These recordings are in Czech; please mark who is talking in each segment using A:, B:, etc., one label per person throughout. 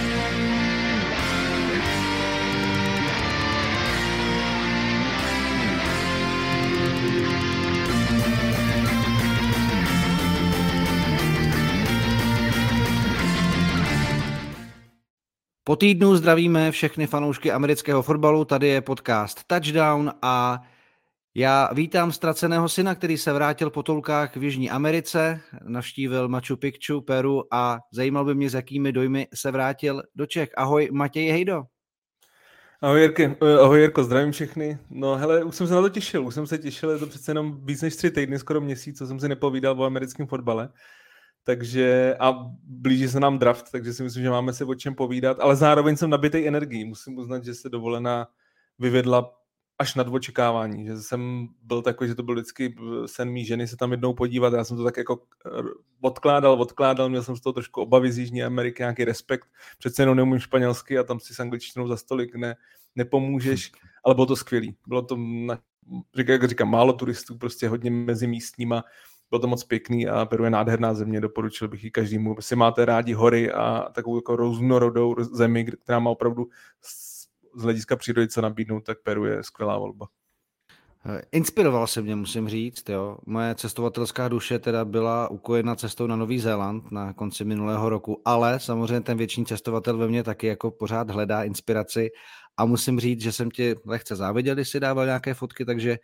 A: Po týdnu zdravíme všechny fanoušky amerického fotbalu, tady je podcast Touchdown a já vítám ztraceného syna, který se vrátil po toulkách v Jižní Americe, navštívil Machu Picchu, Peru a zajímal by mě, s jakými dojmy se vrátil do Čech. Ahoj Matěj Hejdo.
B: Ahoj Jirko, zdravím všechny. No hele, už jsem se na to těšil, je to přece jenom víc než 3 týdny, skoro měsíc, co jsem si nepovídal o americkém fotbale. Takže a blíží se nám draft, takže si myslím, že máme se o čem povídat, ale zároveň jsem nabitej energií. Musím uznat, že se dovolená vyvedla až nad očekávání, že jsem byl takový, že to byl vždycky sen mý ženy se tam jednou podívat, já jsem to tak jako odkládal, měl jsem z toho trošku obavy z Jižní Ameriky, nějaký respekt, přece jenom neumím španělsky a tam si s angličtinou za stolik nepomůžeš, ale bylo to skvělý. Bylo to, jak říkám, málo turistů, prostě hodně mezi místníma. Bylo to moc pěkný a Peru je nádherná země, doporučil bych ji každému. Jestli máte rádi hory a takovou jako různorodou zemi, která má opravdu z hlediska přírody co nabídnout, tak Peru je skvělá volba.
A: Inspiroval se mě, musím říct. Jo. Moje cestovatelská duše teda byla ukojena cestou na Nový Zéland na konci minulého roku, ale samozřejmě ten věčný cestovatel ve mně taky jako pořád hledá inspiraci a musím říct, že jsem ti lehce záviděl, když si dával nějaké fotky, takže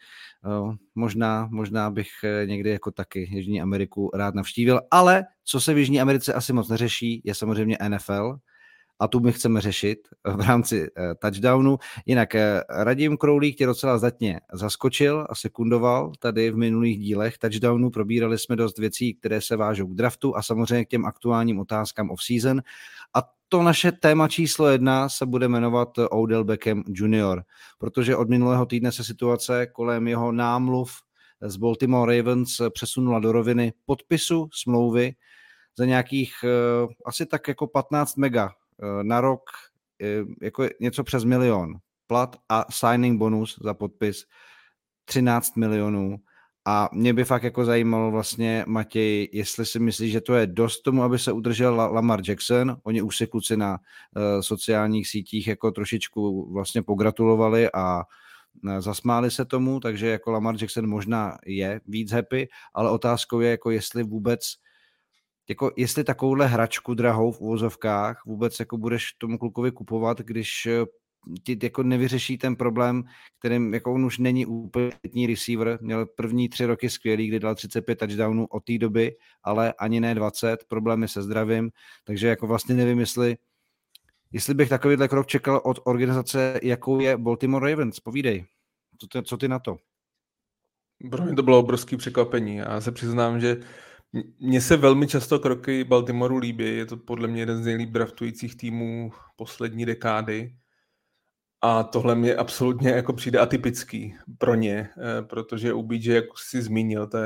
A: možná bych někdy jako taky Jižní Ameriku rád navštívil, ale co se v Jižní Americe asi moc neřeší, je samozřejmě NFL, a tu my chceme řešit v rámci touchdownu. Jinak Radim Kroulík tě docela zdatně zaskočil a sekundoval tady v minulých dílech touchdownu. Probírali jsme dost věcí, které se vážou k draftu a samozřejmě k těm aktuálním otázkám off-season. A to naše téma číslo 1 se bude jmenovat Odell Beckham Jr., protože od minulého týdne se situace kolem jeho námluv z Baltimore Ravens přesunula do roviny podpisu smlouvy za nějakých asi tak jako 15 mega na rok, jako něco přes 1 milion plat a signing bonus za podpis 13 milionů. A mě by fakt jako zajímalo vlastně, Matěj, jestli si myslíš, že to je dost tomu, aby se udržel Lamar Jackson. Oni už se kluci na sociálních sítích jako trošičku vlastně pogratulovali a zasmáli se tomu, takže jako Lamar Jackson možná je víc happy, ale otázkou je, jako jestli vůbec jako jestli takovouhle hračku drahou v uvozovkách vůbec jako budeš tomu klukovi kupovat, když ti jako nevyřeší ten problém, kterým jako on už není úplný receiver, měl první 3 roky skvělý, kdy dal 35 touchdownů od té doby, ale ani ne 20, problémy se zdravím, takže jako vlastně nevím, jestli bych takovýhle krok čekal od organizace, jakou je Baltimore Ravens. Povídej, co ty na to?
B: Pro mě to bylo obrovské překvapení. Já se přiznám, že mně se velmi často kroky Baltimoreu líbí. Je to podle mě jeden z nejlíp draftujících týmů poslední dekády. A tohle mě absolutně jako přijde atypický pro ně, protože OBJ, jak jsi zmínil, ta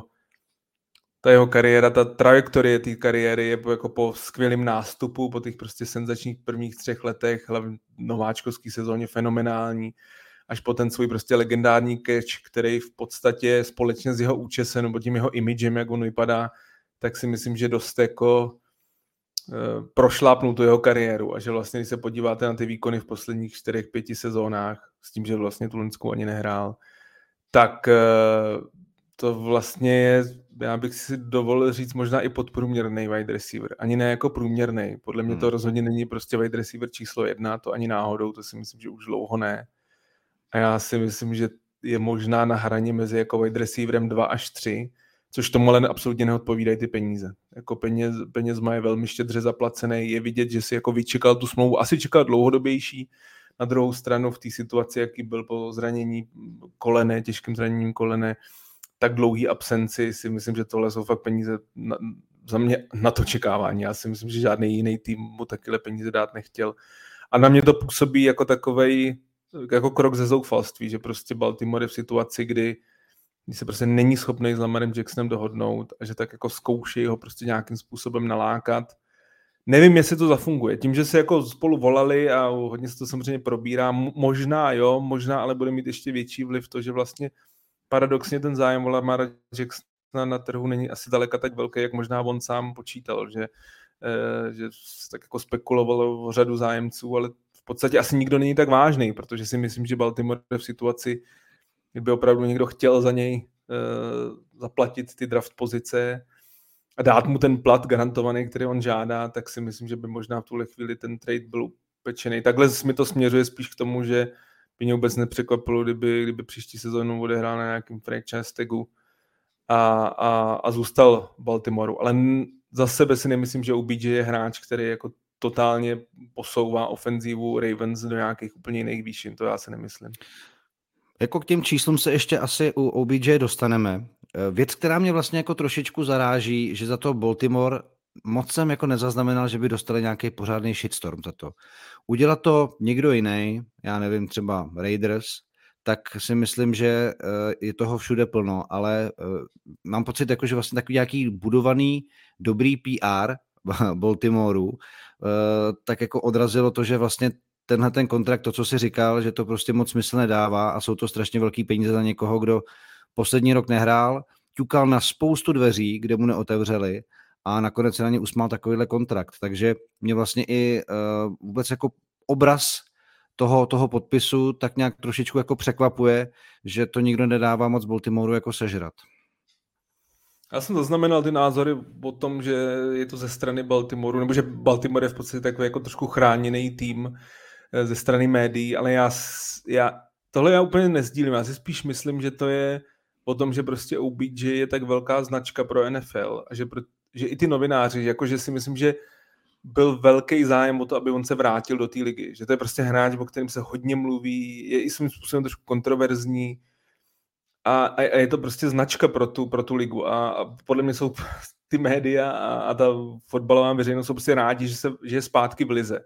B: jeho kariéra, ta trajektorie té kariéry je jako po skvělém nástupu, po těch prostě senzačních prvních 3 letech, hlavně nováčkovský sezóně fenomenální, až po ten svůj prostě legendární catch, který v podstatě společně s jeho účesem nebo tím jeho imidžem, jak on vypadá, tak si myslím, že dost jako prošlápnul tu jeho kariéru a že vlastně, když se podíváte na ty výkony v posledních 4-5 sezónách, s tím, že vlastně tu loňskou ani nehrál, tak to vlastně je, já bych si dovolil říct, možná i podprůměrný wide receiver. Ani ne jako průměrný. Podle mě to rozhodně není prostě wide receiver číslo 1, to ani náhodou, to si myslím, že už dlouho ne. A já si myslím, že je možná na hraně mezi jako wide receiverem 2 až 3, což tomu ale absolutně neodpovídají ty peníze. Jako penězma je velmi štědře zaplacený, je vidět, že si jako vyčekal tu smlouvu, asi čekal dlouhodobější. Na druhou stranu v té situaci, jaký byl po zranění kolene, těžkým zraněním kolene, tak dlouhý absenci, si myslím, že tohle jsou fakt peníze za mě na to čekávání. Já si myslím, že žádný jiný tým mu takyhle peníze dát nechtěl. A na mě to působí jako takovej, jako krok ze zoufalství, že prostě Baltimore je v situaci, kdy se prostě není schopný s Lamarem Jacksonem dohodnout a že tak jako zkouší ho prostě nějakým způsobem nalákat. Nevím, jestli to zafunguje. Tím, že se jako spolu volali a hodně se to samozřejmě probírá, možná jo, možná ale bude mít ještě větší vliv to, že vlastně paradoxně ten zájem o Lamara Jacksona na trhu není asi daleka tak velký, jak možná on sám počítal, že že se tak jako spekulovalo o řadu zájemců, ale v podstatě asi nikdo není tak vážný, protože si myslím, že Baltimore je v situaci, kdyby opravdu někdo chtěl za něj zaplatit ty draft pozice a dát mu ten plat garantovaný, který on žádá, tak si myslím, že by možná v tuhle chvíli ten trade byl upečený. Takhle mi to směřuje spíš k tomu, že by mě vůbec nepřekvapilo, kdyby příští sezónu odehrál na nějakém franchise tagu a zůstal v Baltimoru. Ale za sebe si nemyslím, že OBJ je hráč, který jako totálně posouvá ofenzívu Ravens do nějakých úplně jiných výšin. To já si nemyslím.
A: Jako k těm číslům se ještě asi u OBJ dostaneme. Věc, která mě vlastně jako trošičku zaráží, že za to Baltimore moc jsem jako nezaznamenal, že by dostali nějaký pořádný shitstorm za to. Udělat to někdo jiný, já nevím, třeba Raiders, tak si myslím, že je toho všude plno, ale mám pocit, jako, že vlastně takový nějaký budovaný dobrý PR Baltimoreu, tak jako odrazilo to, že vlastně tenhle ten kontrakt, to, co si říkal, že to prostě moc smysl nedává a jsou to strašně velký peníze za někoho, kdo poslední rok nehrál, ťukal na spoustu dveří, kde mu neotevřeli a nakonec se na ně usmál takovýhle kontrakt. Takže mě vlastně i vůbec jako obraz toho podpisu tak nějak trošičku jako překvapuje, že to nikdo nedává moc Baltimoreu jako sežrat.
B: Já jsem zaznamenal ty názory o tom, že je to ze strany Baltimoreu, nebo že Baltimore je v podstatě takový jako trošku chráněný tým ze strany médií, ale tohle já úplně nezdílím. Já si spíš myslím, že to je o tom, že prostě OBJ je tak velká značka pro NFL a že i ty novináři, jakože si myslím, že byl velký zájem o to, aby on se vrátil do té ligy. Že to je prostě hráč, o kterém se hodně mluví, je i svým způsobem trošku kontroverzní a je to prostě značka pro tu ligu. A podle mě jsou ty média a ta fotbalová veřejnost jsou prostě rádi, že je zpátky v lize.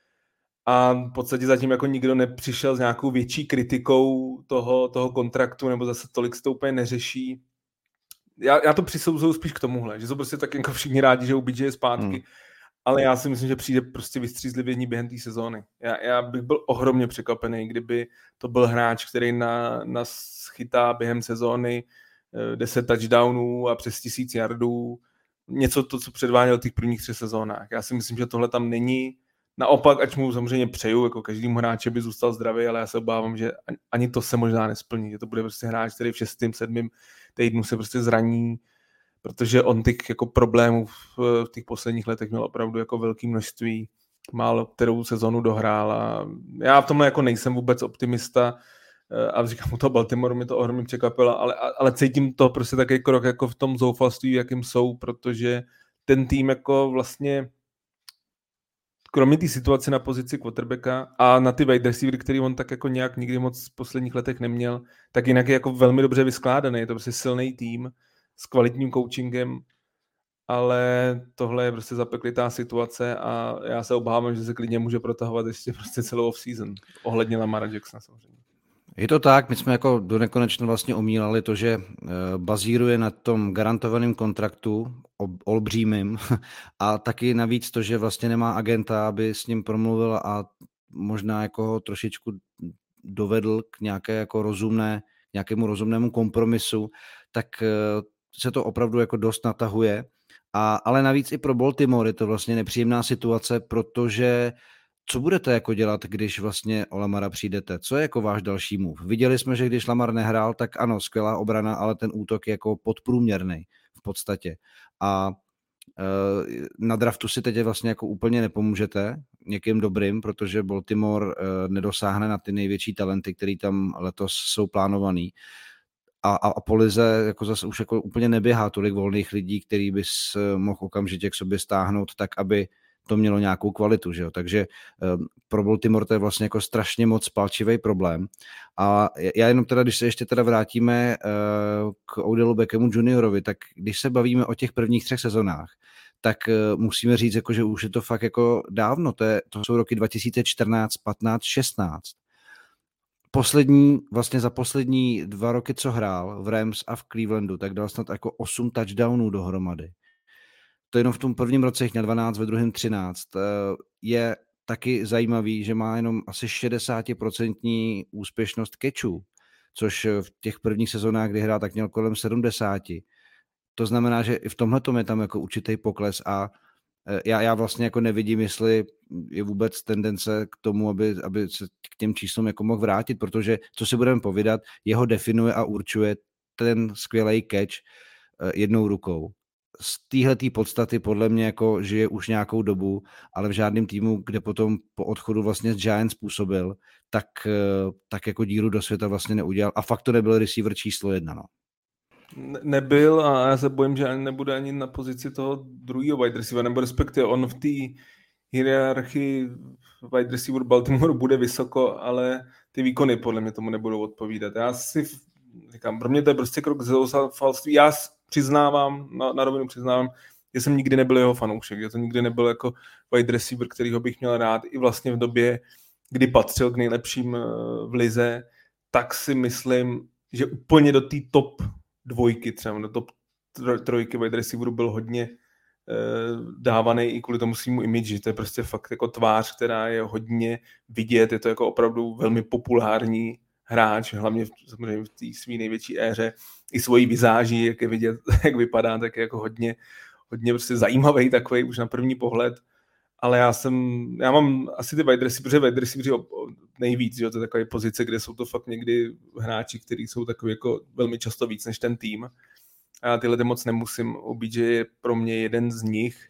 B: A v podstatě zatím jako nikdo nepřišel s nějakou větší kritikou toho kontraktu, nebo zase tolik se to úplně neřeší. Já to přisouzuju spíš k tomuhle, že jsou prostě tak jako všichni rádi, že OBJ je zpátky, ale já si myslím, že přijde prostě vystřízlivění během té sezóny. Já bych byl ohromně překvapený, kdyby to byl hráč, který nás chytá během sezóny 10 touchdownů a přes 1000 yardů. Něco to, co předváděl v těch prvních 3 sezónách. Já si myslím, že tohle tam není. Naopak, ať mu samozřejmě přeju, jako každému hráči by zůstal zdravý, ale já se obávám, že ani to se možná nesplní. Že to bude prostě hráč, který v 6., 7. týdnu se prostě zraní, protože on těch jako problémů v těch posledních letech měl opravdu jako velké množství, málo kterou sezonu dohrál a já v tomhle jako nejsem vůbec optimista a říkám, u toho Baltimore mi to ohromně překvapilo, ale cítím to prostě takový krok jako v tom zoufalství, jakým jsou, protože ten tým jako vlastně kromě té situace na pozici quarterbacka a na ty wide receivery, který on tak jako nějak nikdy moc v posledních letech neměl, tak jinak je jako velmi dobře vyskládaný. Je to prostě silný tým s kvalitním coachingem, ale tohle je prostě zapeklitá situace a já se obávám, že se klidně může protahovat ještě prostě celou off-season. Ohledně Lamara Jacksona samozřejmě.
A: Je to tak, my jsme jako do nekonečna vlastně omílali to, že bazíruje na tom garantovaném kontraktu olbřímým a taky navíc to, že vlastně nemá agenta, aby s ním promluvil a možná jako ho trošičku dovedl k nějakému rozumnému kompromisu, tak se to opravdu jako dost natahuje. Ale navíc i pro Baltimore je to vlastně nepříjemná situace, protože co budete jako dělat, když vlastně o Lamara přijdete? Co je jako váš další move? Viděli jsme, že když Lamar nehrál, tak ano, skvělá obrana, ale ten útok je jako podprůměrný v podstatě. A na draftu si teď vlastně jako úplně nepomůžete někým dobrým, protože Baltimore nedosáhne na ty největší talenty, který tam letos jsou plánovaný. A po lize jako zase už jako úplně neběhá tolik volných lidí, který bys mohl okamžitě k sobě stáhnout tak, aby to mělo nějakou kvalitu, že jo? Takže pro Baltimore to je vlastně jako strašně moc palčivý problém. A já jenom teda, když se ještě teda vrátíme k Odelu Beckhamu juniorovi, tak když se bavíme o těch prvních 3 sezonách, tak musíme říct, jako, že už je to fakt jako dávno, to jsou roky 2014, 15, 16. Za poslední 2 roky, co hrál v Rams a v Clevelandu, tak dal snad jako 8 touchdownů dohromady. To jenom v tom prvním roce jich měl 12, ve druhém 13. Je taky zajímavý, že má jenom asi 60% úspěšnost catchů, což v těch prvních sezónách, kdy hrál, tak měl kolem 70. To znamená, že i v tomhletom je tam jako určitý pokles a Já vlastně jako nevidím, jestli je vůbec tendence k tomu, aby se k těm číslům jako mohl vrátit, protože, co si budeme povídat, jeho definuje a určuje ten skvělý catch jednou rukou. Z téhletý podstaty podle mě jako žije už nějakou dobu, ale v žádném týmu, kde potom po odchodu vlastně z Giants působil, tak jako díru do světa vlastně neudělal. A fakt to nebyl receiver číslo 1, no.
B: Nebyl a já se bojím, že nebude ani na pozici toho druhého wide receivera, nebo respektive on v té hierarchii wide receiver Baltimore bude vysoko, ale ty výkony podle mě tomu nebudou odpovídat. Já si říkám, pro mě to je prostě krok ze zoufalství. Já přiznávám, na rovinu přiznávám, že jsem nikdy nebyl jeho fanoušek, že to nikdy nebyl jako wide receiver, kterýho bych měl rád i vlastně v době, kdy patřil k nejlepším v lize, tak si myslím, že úplně do té top 2, třeba do top 3 wide receiveru byl hodně dávaný i kvůli tomu svýmu imidži. To je prostě fakt jako tvář, která je hodně vidět, je to jako opravdu velmi populární hráč, hlavně samozřejmě v té své největší éře, i svojí vizáží, jak je vidět, jak vypadá, tak je jako hodně prostě zajímavý takový už na první pohled, ale já mám asi ty wide receiveri nejvíc, že? To je takové pozice, kde jsou to fakt někdy hráči, kteří jsou takový jako velmi často víc než ten tým. A já tyhle moc nemusím obít, že je pro mě jeden z nich.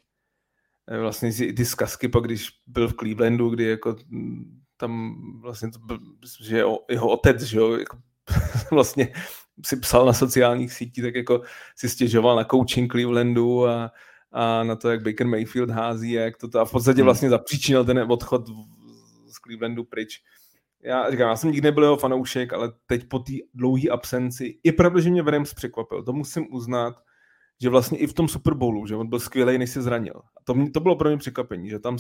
B: Vlastně ty zkazky pak, když byl v Clevelandu, kdy jako tam vlastně to byl, že jeho otec, že jo, jako vlastně si psal na sociálních sítích, tak jako si stěžoval na coaching Clevelandu a na to, jak Baker Mayfield hází a jak to a v podstatě vlastně zapříčinil ten odchod z Clevelandu pryč. Já jsem nikdy nebyl jeho fanoušek, ale teď po té dlouhé absenci je pravda, že mě Rams překvapil. To musím uznat, že vlastně i v tom Super Bowlu, že on byl skvělej, než se zranil. A to bylo pro mě překvapení, že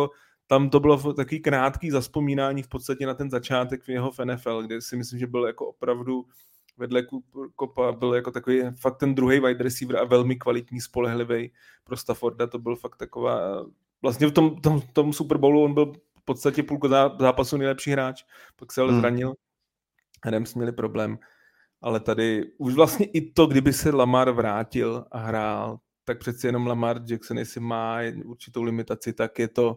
B: tam to bylo takový krátký zazpomínání v podstatě na ten začátek v jeho v NFL, kde si myslím, že byl jako opravdu vedle Kopa, byl jako takový fakt ten druhý wide receiver a velmi kvalitní, spolehlivý pro Stafforda. To byl fakt taková, vlastně v tom Super Bowlu on byl v podstatě půlku zápasu nejlepší hráč, pak se ale zranil. Rams měli problém. Ale tady už vlastně i to, kdyby se Lamar vrátil a hrál, tak přeci jenom Lamar Jackson, jestli má určitou limitaci, tak je to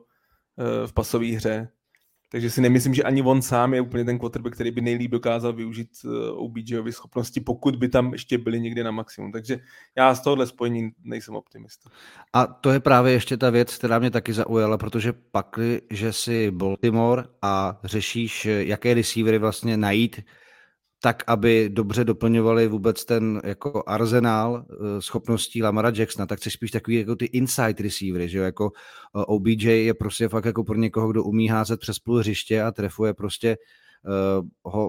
B: v pasové hře. Takže si nemyslím, že ani on sám je úplně ten quarterback, který by nejlíp dokázal využít OBJovy schopnosti, pokud by tam ještě byli někdy na maximum. Takže já z tohohle spojení nejsem optimista.
A: A to je právě ještě ta věc, která mě taky zaujala, protože pak, že si Baltimore a řešíš, jaké receivery vlastně najít, tak, aby dobře doplňovali vůbec ten jako arzenál schopností Lamara Jacksona, tak chceš spíš takový jako ty inside receivery, že jo, jako OBJ je prostě fakt jako pro někoho, kdo umí házet přes půl hřiště a trefuje prostě ho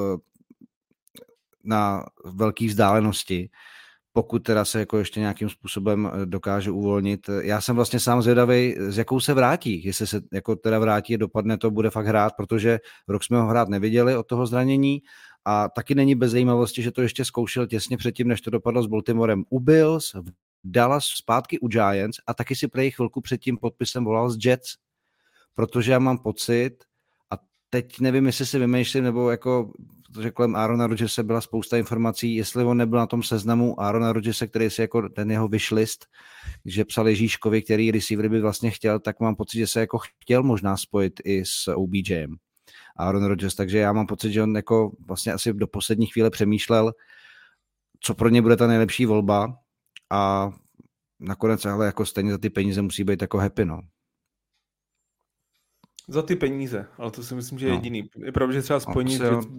A: na velké vzdálenosti, pokud teda se jako ještě nějakým způsobem dokáže uvolnit. Já jsem vlastně sám zvědavej, s jakou se vrátí, jestli se jako teda vrátí a dopadne to, bude fakt hrát, protože rok jsme ho hrát neviděli od toho zranění. A taky není bez zajímavosti, že to ještě zkoušel těsně předtím, než to dopadlo s Baltimorem u Bills, v Dallas, zpátky u Giants a taky si prej chvilku před tím podpisem volal z Jets, protože já mám pocit, a teď nevím, jestli si vymýšlím, nebo jako kolem Aarona Rodgerse byla spousta informací, jestli on nebyl na tom seznamu Aarona Rodgerse, který si jako ten jeho wishlist, že psal Ježíškovi, který receiver by vlastně chtěl, tak mám pocit, že se jako chtěl možná spojit i s OBJem. Aaron Rodgers, takže já mám pocit, že on jako vlastně asi do poslední chvíle přemýšlel, co pro ně bude ta nejlepší volba a nakonec ale jako stejně za ty peníze musí být jako happy, no.
B: Za ty peníze, ale to si myslím, že je jediný. Je pravda, že třeba spojení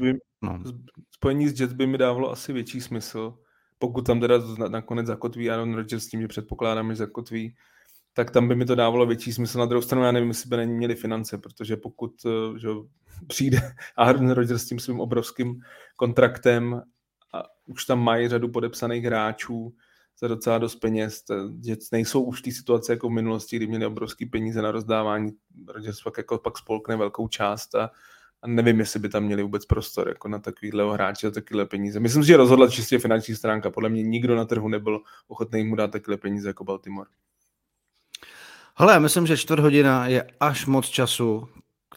B: s Jets by mi dávalo asi větší smysl, pokud tam teda nakonec zakotví Aaron Rodgers s tím, že předpokládáme, že zakotví, tak tam by mi to dávalo větší smysl. Na druhou stranu já nevím, jestli by na ní měli finance, protože pokud že přijde Aaron Rodgers s tím svým obrovským kontraktem a už tam mají řadu podepsaných hráčů za docela dost peněz, že nejsou už ty situace jako v minulosti, kdy měli obrovský peníze na rozdávání. Rodgers pak spolkne velkou část a nevím, jestli by tam měli vůbec prostor jako na takovýhle hráče a takovýhle peníze. Myslím si, že rozhodla čistě finanční stránka. Podle mě nikdo na trhu nebyl ochotný mu dát takové peníze jako Baltimore.
A: Hele, myslím, že 4 hodina je až moc času k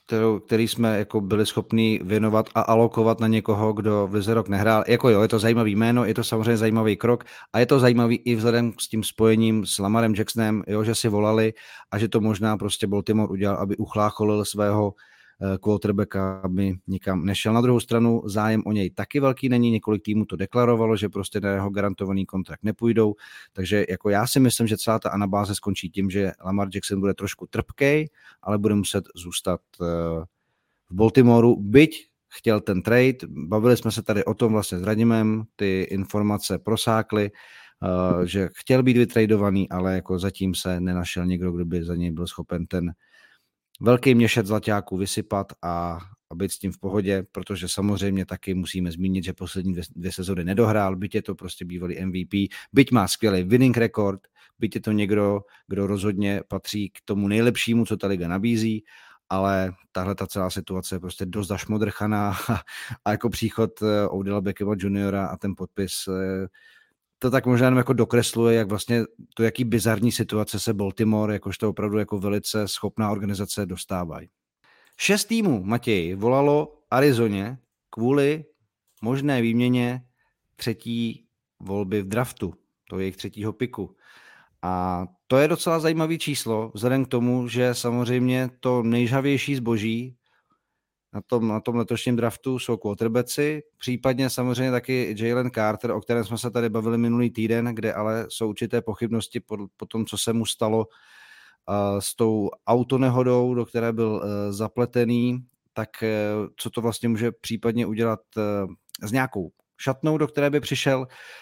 A: který jsme jako byli schopni věnovat a alokovat na někoho, kdo v lize rok nehrál. Jako jo, je to zajímavý jméno, je to samozřejmě zajímavý krok a je to zajímavý i vzhledem s tím spojením s Lamarem Jacksonem, jo, že si volali a že to možná prostě Baltimore udělal, aby uchlácholil svého quarterbacka, aby nikam nešel. Na druhou stranu zájem o něj taky velký není, několik týmů to deklarovalo, že prostě na jeho garantovaný kontrakt nepůjdou, takže jako já si myslím, že celá ta anabáze skončí tím, že Lamar Jackson bude trošku trpkej, ale bude muset zůstat v Baltimoreu, byť chtěl ten trade, bavili jsme se tady o tom vlastně s Radimem, ty informace prosákly, že chtěl být vytradovaný, ale jako zatím se nenašel někdo, kdo by za něj byl schopen ten velký měšec zlaťáků vysypat a být s tím v pohodě, protože samozřejmě taky musíme zmínit, že poslední 2 sezony nedohrál, byť je to prostě bývalý MVP, byť má skvělý winning record, byť je to někdo, kdo rozhodně patří k tomu nejlepšímu, co ta liga nabízí, ale tahle ta celá situace je prostě dost zašmodrchaná a jako příchod Odella Beckhama juniora a ten podpis to tak možná jako dokresluje, jak vlastně to, jaký bizarní situace se Baltimore, jakožto opravdu jako velice schopná organizace dostávají. 6 týmů, Matěj, volalo Arizoně kvůli možné výměně 3. volby v draftu, to je jejich 3. piku. A to je docela zajímavý číslo, vzhledem k tomu, že samozřejmě to nejžhavější zboží na tom letošním draftu jsou quarterbacki, případně samozřejmě taky Jalen Carter, o kterém jsme se tady bavili minulý týden, kde ale jsou určité pochybnosti po tom, co se mu stalo s tou autonehodou, do které byl zapletený, tak co to vlastně může případně udělat s nějakou šatnou, do které by přišel.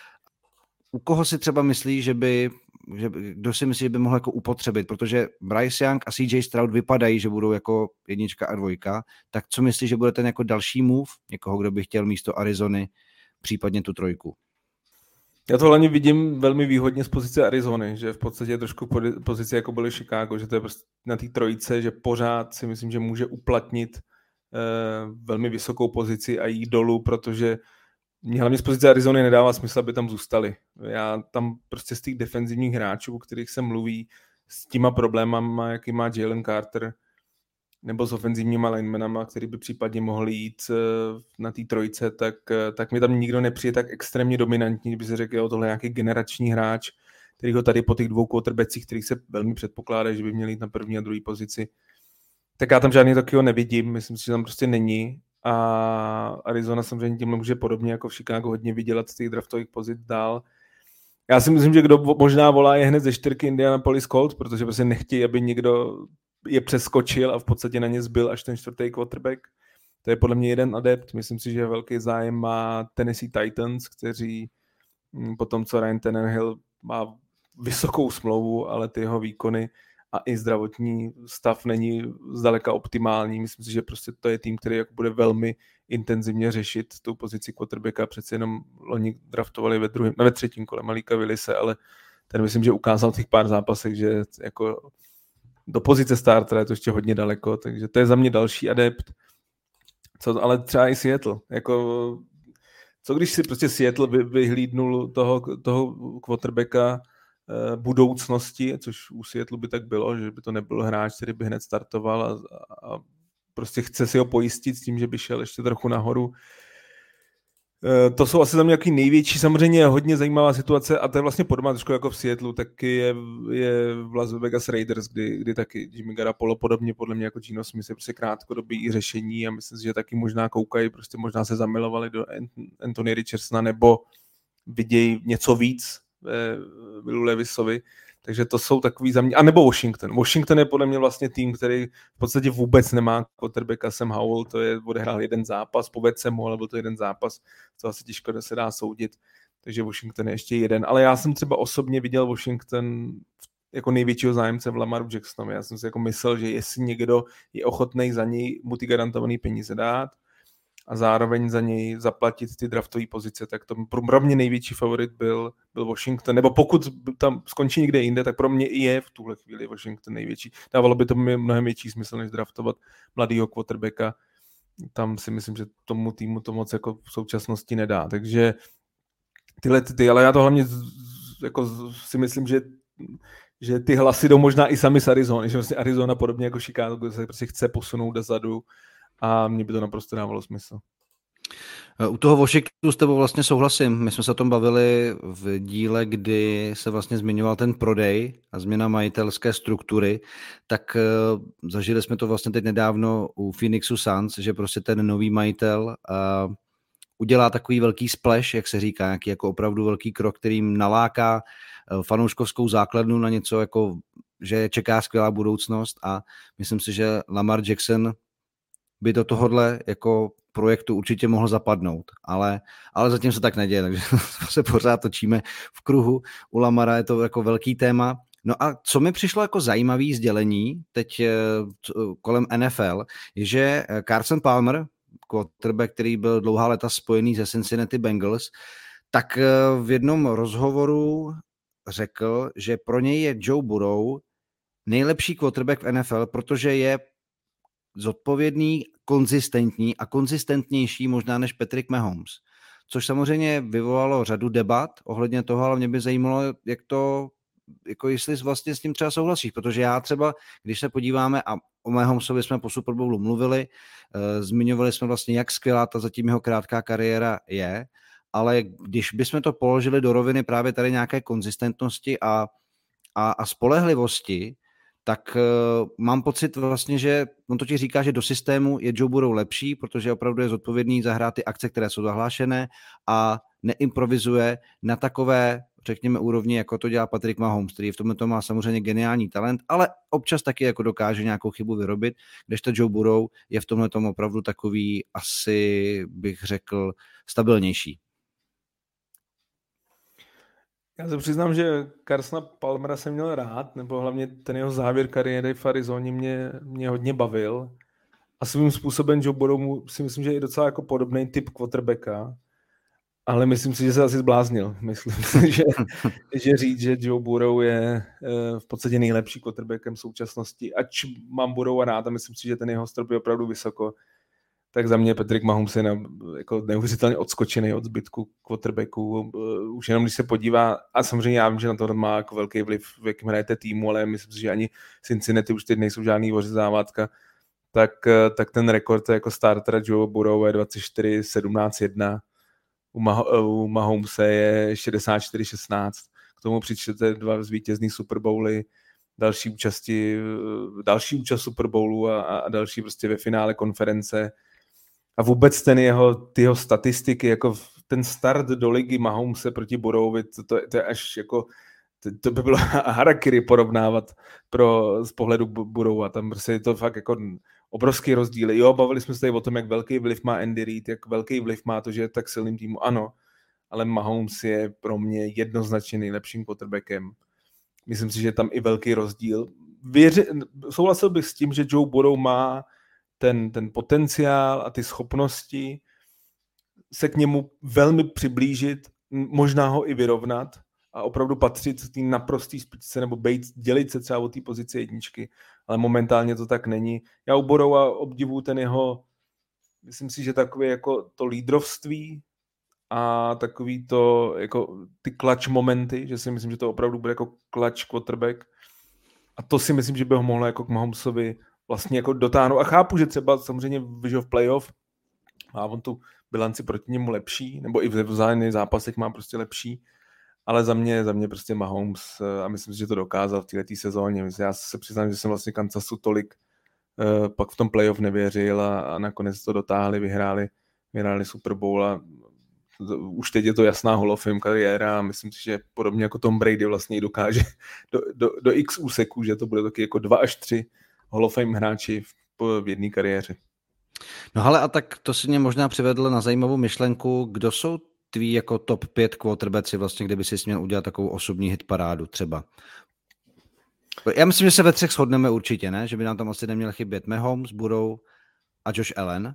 A: U koho si třeba myslí, kdo si myslí, že by mohl jako upotřebit, protože Bryce Young a CJ Stroud vypadají, že budou jako 1 a 2, tak co myslíš, že bude ten jako další move, někoho, kdo by chtěl místo Arizony, případně tu 3?
B: Já to hlavně vidím velmi výhodně z pozice Arizony, že v podstatě je trošku pozice, jako byly Chicago, že to je prostě na té 3, že pořád si myslím, že může uplatnit velmi vysokou pozici a jít dolů, protože mě hlavně z pozice Arizony nedává smysl, aby tam zůstali. Já tam prostě z těch defenzivních hráčů, o kterých se mluví, s těma problémama, jaký má Jalen Carter, nebo s ofenzivníma linemenama, který by případně mohli jít na té 3, tak mi tam nikdo nepřijde tak extrémně dominantní, kdyby se řekl, tohle je nějaký generační hráč, který ho tady po těch 2 quarterbackích, kterých se velmi předpokládá, že by měli jít na 1. a 2. pozici. Tak já tam žádný takového nevidím, myslím si, že tam prostě není. A Arizona samozřejmě tím může podobně jako v Chicago hodně vydělat z těch draftových pozic dál. Já si myslím, že kdo možná volá je hned ze 4 Indianapolis Colts, protože prostě nechtějí, aby někdo je přeskočil a v podstatě na ně zbyl až ten 4. quarterback. To je podle mě jeden adept. Myslím si, že velký zájem má Tennessee Titans, kteří po tom, co Ryan Tannehill má vysokou smlouvu, ale ty jeho výkony a i zdravotní stav není zdaleka optimální. Myslím si, že prostě to je tým, který jako bude velmi intenzivně řešit tu pozici quarterbacka. Přece jenom loni draftovali ve 3. kole Malika Willise, ale ten myslím, že ukázal těch pár zápasech, že jako do pozice startera je to ještě hodně daleko, takže to je za mě další adept. Ale třeba i Seattle. Jako, co když si prostě Seattle vyhlídnul toho quarterbacka budoucnosti, což u Seattle by tak bylo, že by to nebyl hráč, který by hned startoval a prostě chce si ho pojistit s tím, že by šel ještě trochu nahoru. To jsou asi za mě nějaký největší, samozřejmě hodně zajímavá situace a to je vlastně podobná trošku jako v Seattleu, taky je v Las Vegas Raiders, kdy taky Jimmy Garoppolo podobně podle mě jako Geno Smith je prostě krátkodobý řešení a myslím si, že taky možná koukají, prostě možná se zamilovali do Anthony Richardsona nebo vidějí něco víc Willu Levisovi, takže to jsou takový za mě, a nebo Washington. Washington je podle mě vlastně tým, který v podstatě vůbec nemá quarterbacka. Sam Howell, to je, odehrál 1 zápas, povedl se mu, ale byl to 1 zápas, to asi těžko se dá soudit, takže Washington je ještě 1, ale já jsem třeba osobně viděl Washington jako největšího zájemce v Lamaru Jacksonovi. Já jsem si jako myslel, že jestli někdo je ochotný za něj mu ty garantované peníze dát a zároveň za něj zaplatit ty draftové pozice, tak to pro mě největší favorit byl Washington, nebo pokud tam skončí někde jinde, tak pro mě i je v tuhle chvíli Washington největší. Dávalo by to mnohem větší smysl, než draftovat mladýho quarterbacka. Tam si myslím, že tomu týmu to moc jako v současnosti nedá. Takže ale já to hlavně jako si myslím, že že ty hlasy jdou možná i sami z Arizony, že vlastně Arizona podobně jako Chicago se prostě chce posunout dozadu a mně by to naprosto dávalo smysl.
A: U toho Washingtonu s tebou vlastně souhlasím. My jsme se o tom bavili v díle, kdy se vlastně zmiňoval ten prodej a změna majitelské struktury, tak zažili jsme to vlastně teď nedávno u Phoenixu Suns, že prostě ten nový majitel udělá takový velký splash, jak se říká, nějaký jako opravdu velký krok, kterým naláká fanouškovskou základnu na něco, jako, že čeká skvělá budoucnost a myslím si, že Lamar Jackson by do tohohle jako projektu určitě mohl zapadnout, ale zatím se tak neděje, takže se pořád točíme v kruhu. U Lamara je to jako velký téma. No a co mi přišlo jako zajímavý sdělení teď kolem NFL, je, že Carson Palmer, quarterback, který byl dlouhá léta spojený se Cincinnati Bengals, tak v jednom rozhovoru řekl, že pro něj je Joe Burrow nejlepší quarterback v NFL, protože je zodpovědný, konzistentní a konzistentnější možná než Patrick Mahomes. Což samozřejmě vyvolalo řadu debat ohledně toho, ale mě by zajímalo, jak to, jako jestli vlastně s tím třeba souhlasíš, protože já třeba, když se podíváme a o Mahomesovi jsme po Super Bowlu mluvili, zmiňovali jsme vlastně, jak skvělá ta zatím jeho krátká kariéra je, ale když bychom to položili do roviny právě tady nějaké konzistentnosti a spolehlivosti, tak mám pocit vlastně, že on totiž říká, že do systému je Joe Burrow lepší, protože opravdu je zodpovědný za hrát ty akce, které jsou zahlášené a neimprovizuje na takové, řekněme, úrovni, jako to dělá Patrick Mahomes, který v tomto má samozřejmě geniální talent, ale občas taky jako dokáže nějakou chybu vyrobit, kdežto Joe Burrow je v tomhle tomu opravdu takový, asi bych řekl, stabilnější.
B: Já se přiznám, že Carsona Palmera jsem měl rád, nebo hlavně ten jeho závěr kariéry v Arizoně mě hodně bavil. A svým způsobem Joe Burrow si myslím, že je docela jako podobný typ quarterbacka, ale myslím si, že se asi zbláznil. Myslím si, že říct, že Joe Burrow je v podstatě nejlepší quarterbackem v současnosti, ač mám Burrowa rád a myslím si, že ten jeho strop je opravdu vysoko, tak za mě Patrick Mahomes je jako neuvěřitelně odskočený od zbytku quarterbacků. Už jenom když se podívá, a samozřejmě já vím, že na to má jako velký vliv, v jakém hrajete týmu, ale myslím si, že ani Cincinnati už teď nejsou žádný ořezávátka, tak ten rekord jako startera Joe Burrow je 24-17-1, u Mahomese je 64-16, k tomu přičtete 2 vítězný Super Bowly, další účast Super Bowlu a další prostě ve finále konference. A vůbec ty jeho statistiky, jako ten start do ligy Mahomese proti Burrowovi, to je až jako, to by bylo harakiri porovnávat z pohledu Burrowa. Tam prostě je to fakt jako obrovský rozdíl. Jo, bavili jsme se tady o tom, jak velký vliv má Andy Reid, jak velký vliv má to, že je tak silným týmu. Ano, ale Mahomes je pro mě jednoznačně nejlepším quarterbackem. Myslím si, že je tam i velký rozdíl. Souhlasil bych s tím, že Joe Burrow má ten potenciál a ty schopnosti se k němu velmi přiblížit, možná ho i vyrovnat a opravdu patřit v té naprostý špičce nebo dělit se třeba o té pozici jedničky, ale momentálně to tak není. Já u Burrowa obdivuju ten jeho, myslím si, že takový jako to lídrovství a takový to, jako ty clutch momenty, že si myslím, že to opravdu bude jako clutch quarterback a to si myslím, že by ho mohlo jako k Mahomesovi vlastně jako dotáhnout. A chápu, že třeba samozřejmě v playoff má on tu bilanci proti němu lepší, nebo i v vzájemných zápasech má prostě lepší, ale za mě prostě Mahomes a myslím si, že to dokázal v této sezóně. Já se přiznám, že jsem vlastně Kansasu tolik pak v tom playoff nevěřil a nakonec to dotáhli, vyhráli Super Bowl a už teď je to jasná Hall of Fame kariéra a myslím si, že podobně jako Tom Brady vlastně dokáže do x úseků, že to bude taky jako 2 až 3 Hall of Fame hráči v jedné kariéře.
A: No ale a tak to si mě možná přivedl na zajímavou myšlenku, kdo jsou tví jako top 5 quarterbacki vlastně, kdyby si měl udělat takovou osobní hitparádu třeba. Já myslím, že se ve 3 shodneme určitě, ne? Že by nám tam asi neměl chybět Mahomes, Burrow a Josh Allen.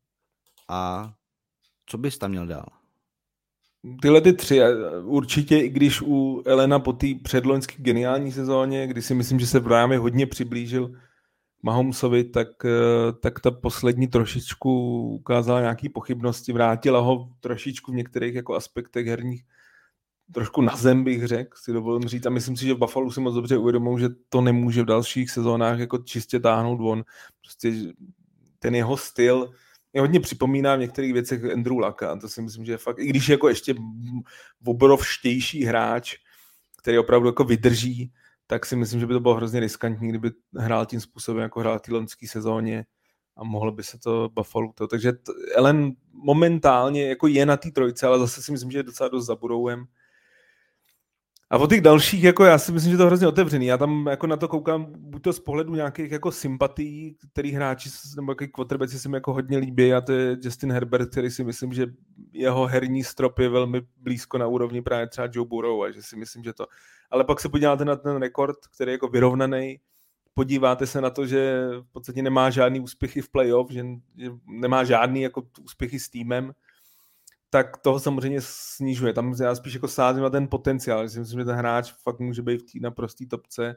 A: A co bys tam měl dál?
B: Tyhle ty 3 určitě, i když u Allena po té předloňské geniální sezóně, kdy si myslím, že se právě hodně přiblížil Mahomesovi, tak ta poslední trošičku ukázala nějaké pochybnosti, vrátila ho trošičku v některých jako aspektech herních trošku na zem, bych řekl, si dovolím říct. A myslím si, že v Buffalo si moc dobře uvědomují, že to nemůže v dalších sezónách jako čistě táhnout von. Prostě ten jeho styl mě hodně připomíná v některých věcech Andrew Lucka. To si myslím, že je fakt, i když jako ještě obrovštější hráč, který opravdu jako vydrží, tak si myslím, že by to bylo hrozně riskantní, kdyby hrál tím způsobem, jako hrál v té loňské sezóně a mohlo by se to Buffalo. Takže Allen momentálně jako je na té trojce, ale zase si myslím, že je docela dost za Burrowem. A o těch dalších, jako já si myslím, že to je hrozně otevřený. Já tam jako na to koukám buď to z pohledu nějakých jako sympatií, který hráči nebo jaký quarterbacki se mi jako hodně líbí, a to je Justin Herbert, který si myslím, že jeho herní strop je velmi blízko na úrovni právě třeba Joe Burrow, a že si myslím, že to. Ale pak se podíváte na ten rekord, který je jako vyrovnaný, podíváte se na to, že v podstatě nemá žádný úspěchy v playoff, že nemá žádný jako úspěchy s týmem, tak toho samozřejmě snižuje. Tam já spíš jako sázím na ten potenciál. Myslím, že ten hráč fakt může být v té naprostý topce.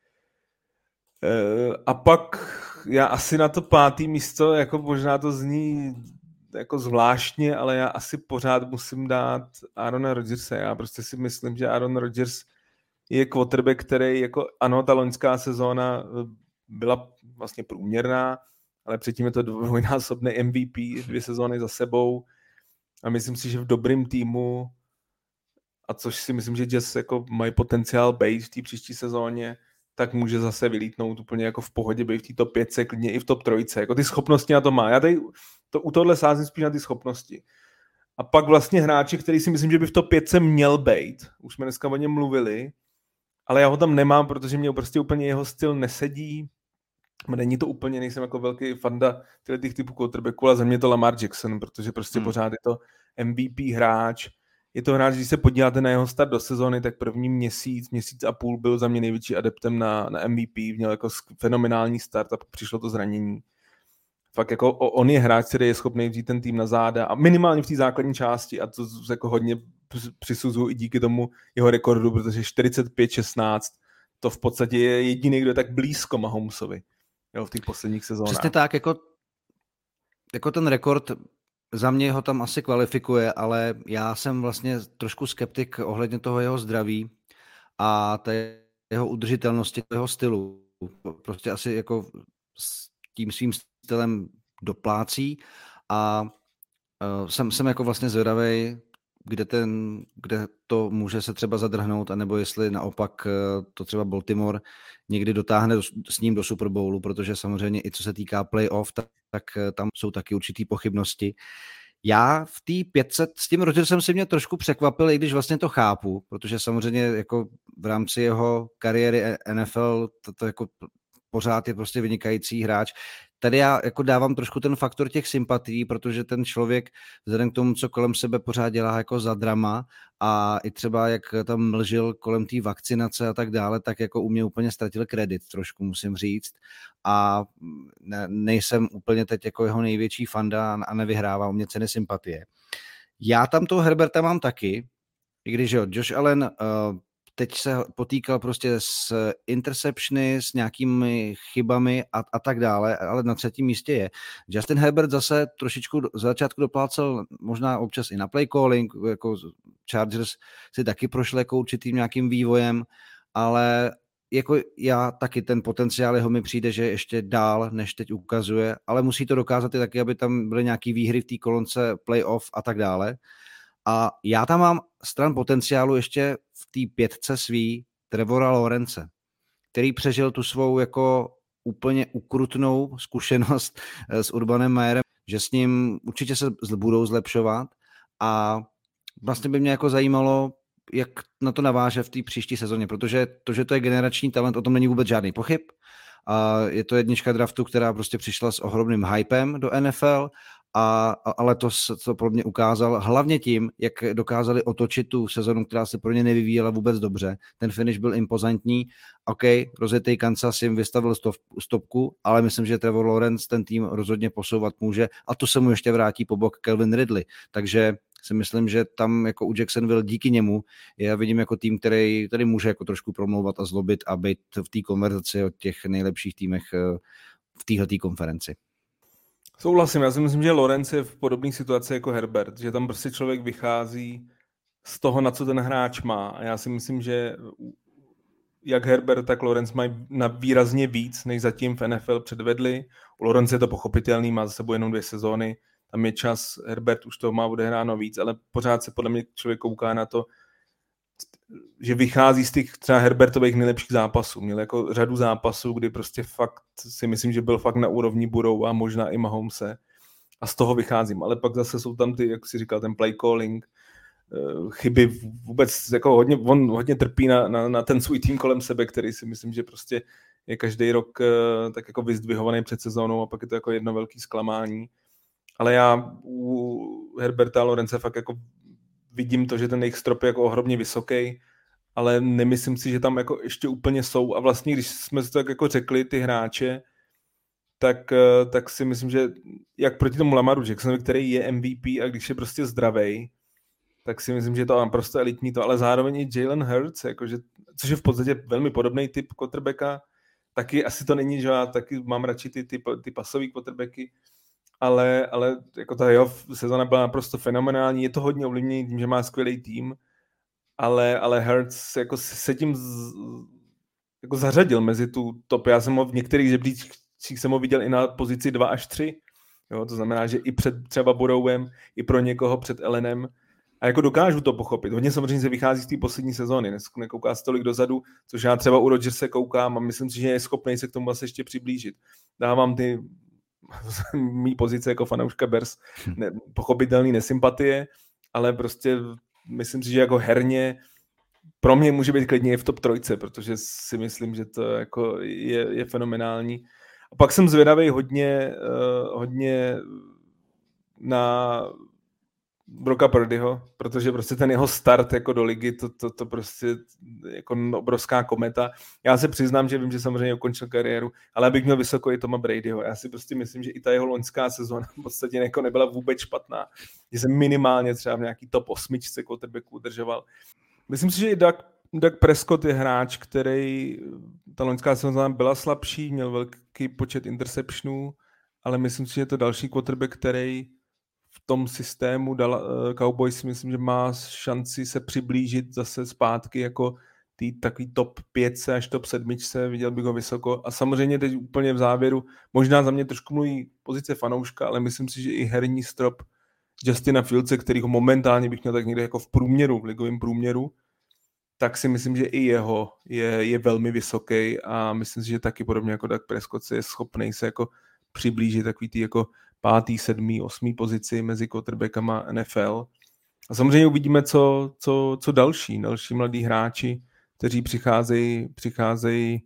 B: A pak já asi na to 5. místo, jako možná to zní jako zvláštně, ale já asi pořád musím dát Aarona Rodgerse. Já prostě si myslím, že Aaron Rodgers je quarterback, který jako ano, ta loňská sezóna byla vlastně průměrná, ale předtím je to dvojnásobný MVP, 2 sezóny za sebou. A myslím si, že v dobrým týmu, a což si myslím, že Jazz jako mají potenciál být v té příští sezóně, tak může zase vylítnout úplně jako v pohodě, být v té top 5, klidně i v top 3. Jako ty schopnosti na to má. Já tady u tohohle sázím spíš na ty schopnosti. A pak vlastně hráči, který si myslím, že by v top 5 měl být. Už jsme dneska o něm mluvili, ale já ho tam nemám, protože mě prostě úplně jeho styl nesedí. Není to úplně, nejsem jako velký fanda těch typů quarterbacků, ale za mě to Lamar Jackson, protože prostě pořád je to MVP hráč. Je to hráč, když se podíváte na jeho start do sezóny, tak první měsíc a půl byl za mě největší adeptem na MVP, měl jako fenomenální start a přišlo to zranění. Fakt jako on je hráč, který je schopný vzít ten tým na záda a minimálně v té základní části, a to jako hodně přisuzuju i díky tomu jeho rekordu, protože 45-16 to v podstatě je jediný, kdo je tak blízko Mahomesovi v těch posledních sezónách.
A: Přesně tak, jako ten rekord za mě ho tam asi kvalifikuje, ale já jsem vlastně trošku skeptik ohledně toho jeho zdraví a té jeho udržitelnosti, jeho stylu. Prostě asi jako s tím svým stylem doplácí a jsem jako vlastně zvědavej, kde to může se třeba zadrhnout, anebo jestli naopak to třeba Baltimore někdy dotáhne s ním do Super Bowlu, protože samozřejmě i co se týká playoff, tak tam jsou taky určitý pochybnosti. Já v té 500 s tím Rodgersem si mě trošku překvapil, i když vlastně to chápu, protože samozřejmě jako v rámci jeho kariéry NFL to jako pořád je prostě vynikající hráč. Tady já jako dávám trošku ten faktor těch sympatií, protože ten člověk vzhledem k tomu, co kolem sebe pořád dělá jako za drama a i třeba jak tam mlžil kolem té vakcinace a tak dále, tak jako u mě úplně ztratil kredit trošku, musím říct. A nejsem úplně teď jako jeho největší fanda a nevyhrává u mě ceny sympatie. Já tam toho Herberta mám taky, i když jo, Josh Allen teď se potýkal prostě s interceptiony, s nějakými chybami a tak dále, ale na 3. místě je. Justin Herbert zase trošičku z začátku doplácel možná občas i na play calling, jako Chargers si taky prošli jako určitým nějakým vývojem, ale jako já taky ten potenciál jeho mi přijde, že ještě dál, než teď ukazuje, ale musí to dokázat i taky, aby tam byly nějaký výhry v té kolonce playoff a tak dále. A já tam mám stran potenciálu ještě v té 5 svý Trevora Lawrence, který přežil tu svou jako úplně ukrutnou zkušenost s Urbanem Mayerem, že s ním určitě se budou zlepšovat a vlastně by mě jako zajímalo, jak na to naváže v té příští sezóně, protože to, že to je generační talent, o tom není vůbec žádný pochyb. A je to jednička draftu, která prostě přišla s ohromným hypem do NFL, a letos to pro mě ukázal hlavně tím, jak dokázali otočit tu sezonu, která se pro ně nevyvíjela vůbec dobře. Ten finish byl impozantní. OK, rozjetý Kansas jim vystavil stopku, ale myslím, že Trevor Lawrence ten tým rozhodně posouvat může a to se mu ještě vrátí po bok Calvin Ridley. Takže si myslím, že tam jako u Jacksonville díky němu já vidím jako tým, který tady může jako trošku promlouvat a zlobit a být v té konverzaci o těch nejlepších týmech v téhletý konferenci.
B: Souhlasím, já si myslím, že Lawrence je v podobné situaci jako Herbert, že tam prostě člověk vychází z toho, na co ten hráč má. A já si myslím, že jak Herbert, tak Lawrence mají na výrazně víc, než zatím v NFL předvedli. U Lawrence je to pochopitelný, má za sebou jenom 2 sezóny, tam je čas, Herbert už toho má odehráno víc, ale pořád se podle mě člověk kouká na to, že vychází z těch třeba Herbertových nejlepších zápasů. Měl jako řadu zápasů, kdy prostě fakt si myslím, že byl fakt na úrovni Burrow a možná i Mahomese. A z toho vycházím. Ale pak zase jsou tam ty, jak si říkal, ten play calling, chyby vůbec, jako on hodně trpí na ten svůj tým kolem sebe, který si myslím, že prostě je každý rok tak jako vyzdvihovaný před sezónou a pak je to jako jedno velký zklamání. Ale já u Herberta a Lawrence fakt jako vidím to, že ten jejich strop je jako ohromně vysoký, ale nemyslím si, že tam jako ještě úplně jsou. A vlastně, když jsme si to jako řekli, ty hráče, tak si myslím, že jak proti tomu Lamaru Jacksonovi, který je MVP a když je prostě zdravej, tak si myslím, že je to naprosto elitní to, ale zároveň i Jalen Hurts, jakože, což je v podstatě velmi podobný typ quarterbacka, taky asi to není, že já taky mám radši ty pasový quarterbacky, ale jako ta jeho sezona byla naprosto fenomenální, je to hodně ovlivněný tím, že má skvělý tým, ale Hurts jako se tím jako zařadil mezi tu top, já jsem ho v některých žebříčcích jsem ho viděl i na pozici 2 až 3, jo, to znamená, že i před třeba Burrowem, i pro někoho před Allenem. A jako dokážu to pochopit. Hodně samozřejmě se vychází z té poslední sezóny, nekouká se tolik dozadu, což já třeba u Rodgerse koukám a myslím si, že je schopný se k tomu asi ještě přiblížit. Dávám ty mý pozice jako fanouška Bears pochopitelný nesympatie, ale prostě myslím si, že jako herně pro mě může být klidně v top 3, protože si myslím, že to jako je fenomenální. A pak jsem zvědavý hodně na Brocka Purdyho, protože prostě ten jeho start jako do ligy, to prostě jako obrovská kometa. Já se přiznám, že vím, že samozřejmě ukončil kariéru, ale abych měl vysoko i Toma Bradyho. Já si prostě myslím, že i ta jeho loňská sezóna v podstatě jako nebyla vůbec špatná. Že jsem minimálně třeba v nějaký top 8 quarterbacku udržoval. Myslím si, že i Dak Prescott je hráč, který ta loňská sezóna byla slabší, měl velký počet interceptionů, ale myslím si, že je to další quarterback, který v tom systému Cowboys si myslím, že má šanci se přiblížit zase zpátky jako takový top 5 až top 7, viděl bych ho vysoko. A samozřejmě teď úplně v závěru, možná za mě trošku mluví pozice fanouška, ale myslím si, že i herní strop Justina Fieldse, kterýho momentálně bych měl tak někde jako v průměru, v ligovém průměru, tak si myslím, že i jeho je velmi vysoký a myslím si, že taky podobně jako Dak Prescott je schopný se jako přiblížit takový ty jako 5., 7., 8. pozici mezi quarterbackama NFL. A samozřejmě uvidíme, co další mladí hráči, kteří přicházejí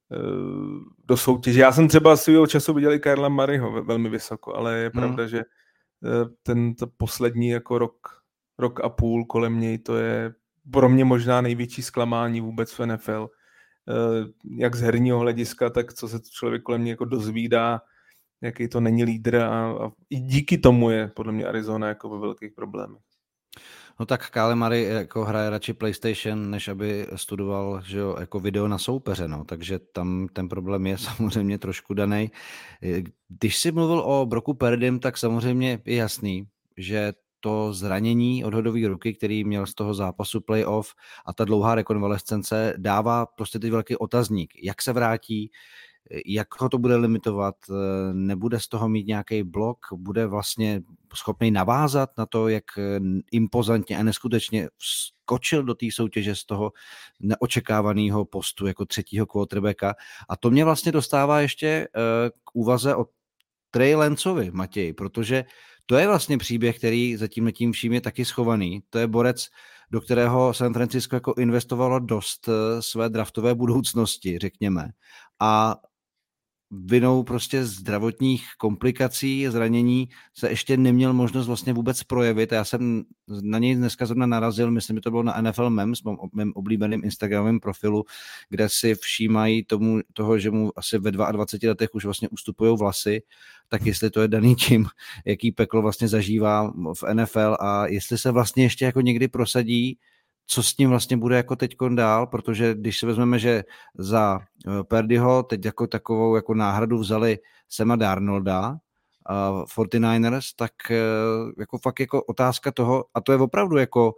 B: do soutěže. Já jsem třeba svýho času viděl i Kyla Murrayho velmi vysoko, ale je pravda, že ten poslední jako rok a půl kolem něj, to je pro mě možná největší zklamání vůbec v NFL. Jak z herního hlediska, tak co se člověk kolem něj jako dozvídá, jaký to není lídr a i díky tomu je podle mě Arizona jako ve velkých problémech.
A: No tak Kyle Murray jako hraje radši PlayStation, než aby studoval, že jo, jako video na soupeře, no, takže tam ten problém je samozřejmě trošku daný. Když jsi mluvil o Brocku Purdym, tak samozřejmě je jasný, že to zranění odhodové ruky, který měl z toho zápasu playoff a ta dlouhá rekonvalescence dává prostě teď velký otazník. Jak se vrátí, jak ho to bude limitovat, nebude z toho mít nějaký blok, bude vlastně schopný navázat na to, jak impozantně a neskutečně skočil do té soutěže z toho neočekávaného postu jako 3. quarterbacka. A to mě vlastně dostává ještě k úvaze o Trey Lanceovi, Matěj, protože to je vlastně příběh, který zatím tím vším je taky schovaný. To je borec, do kterého San Francisco jako investovalo dost své draftové budoucnosti, řekněme. A vinou prostě zdravotních komplikací, zranění se ještě neměl možnost vlastně vůbec projevit. Já jsem na něj dneska zrovna narazil, myslím, že to bylo na NFL Memes, mém oblíbeném Instagramovém profilu, kde si všímají toho, že mu asi ve 22 letech už vlastně ustupují vlasy, tak jestli to je daný tím, jaký peklo vlastně zažívá v NFL a jestli se vlastně ještě jako někdy prosadí, co s tím vlastně bude jako teďkon dál, protože když si vezmeme, že za Purdyho teď jako takovou jako náhradu vzali Sama Darnolda, 49ers, tak jako fakt jako otázka toho, a to je opravdu jako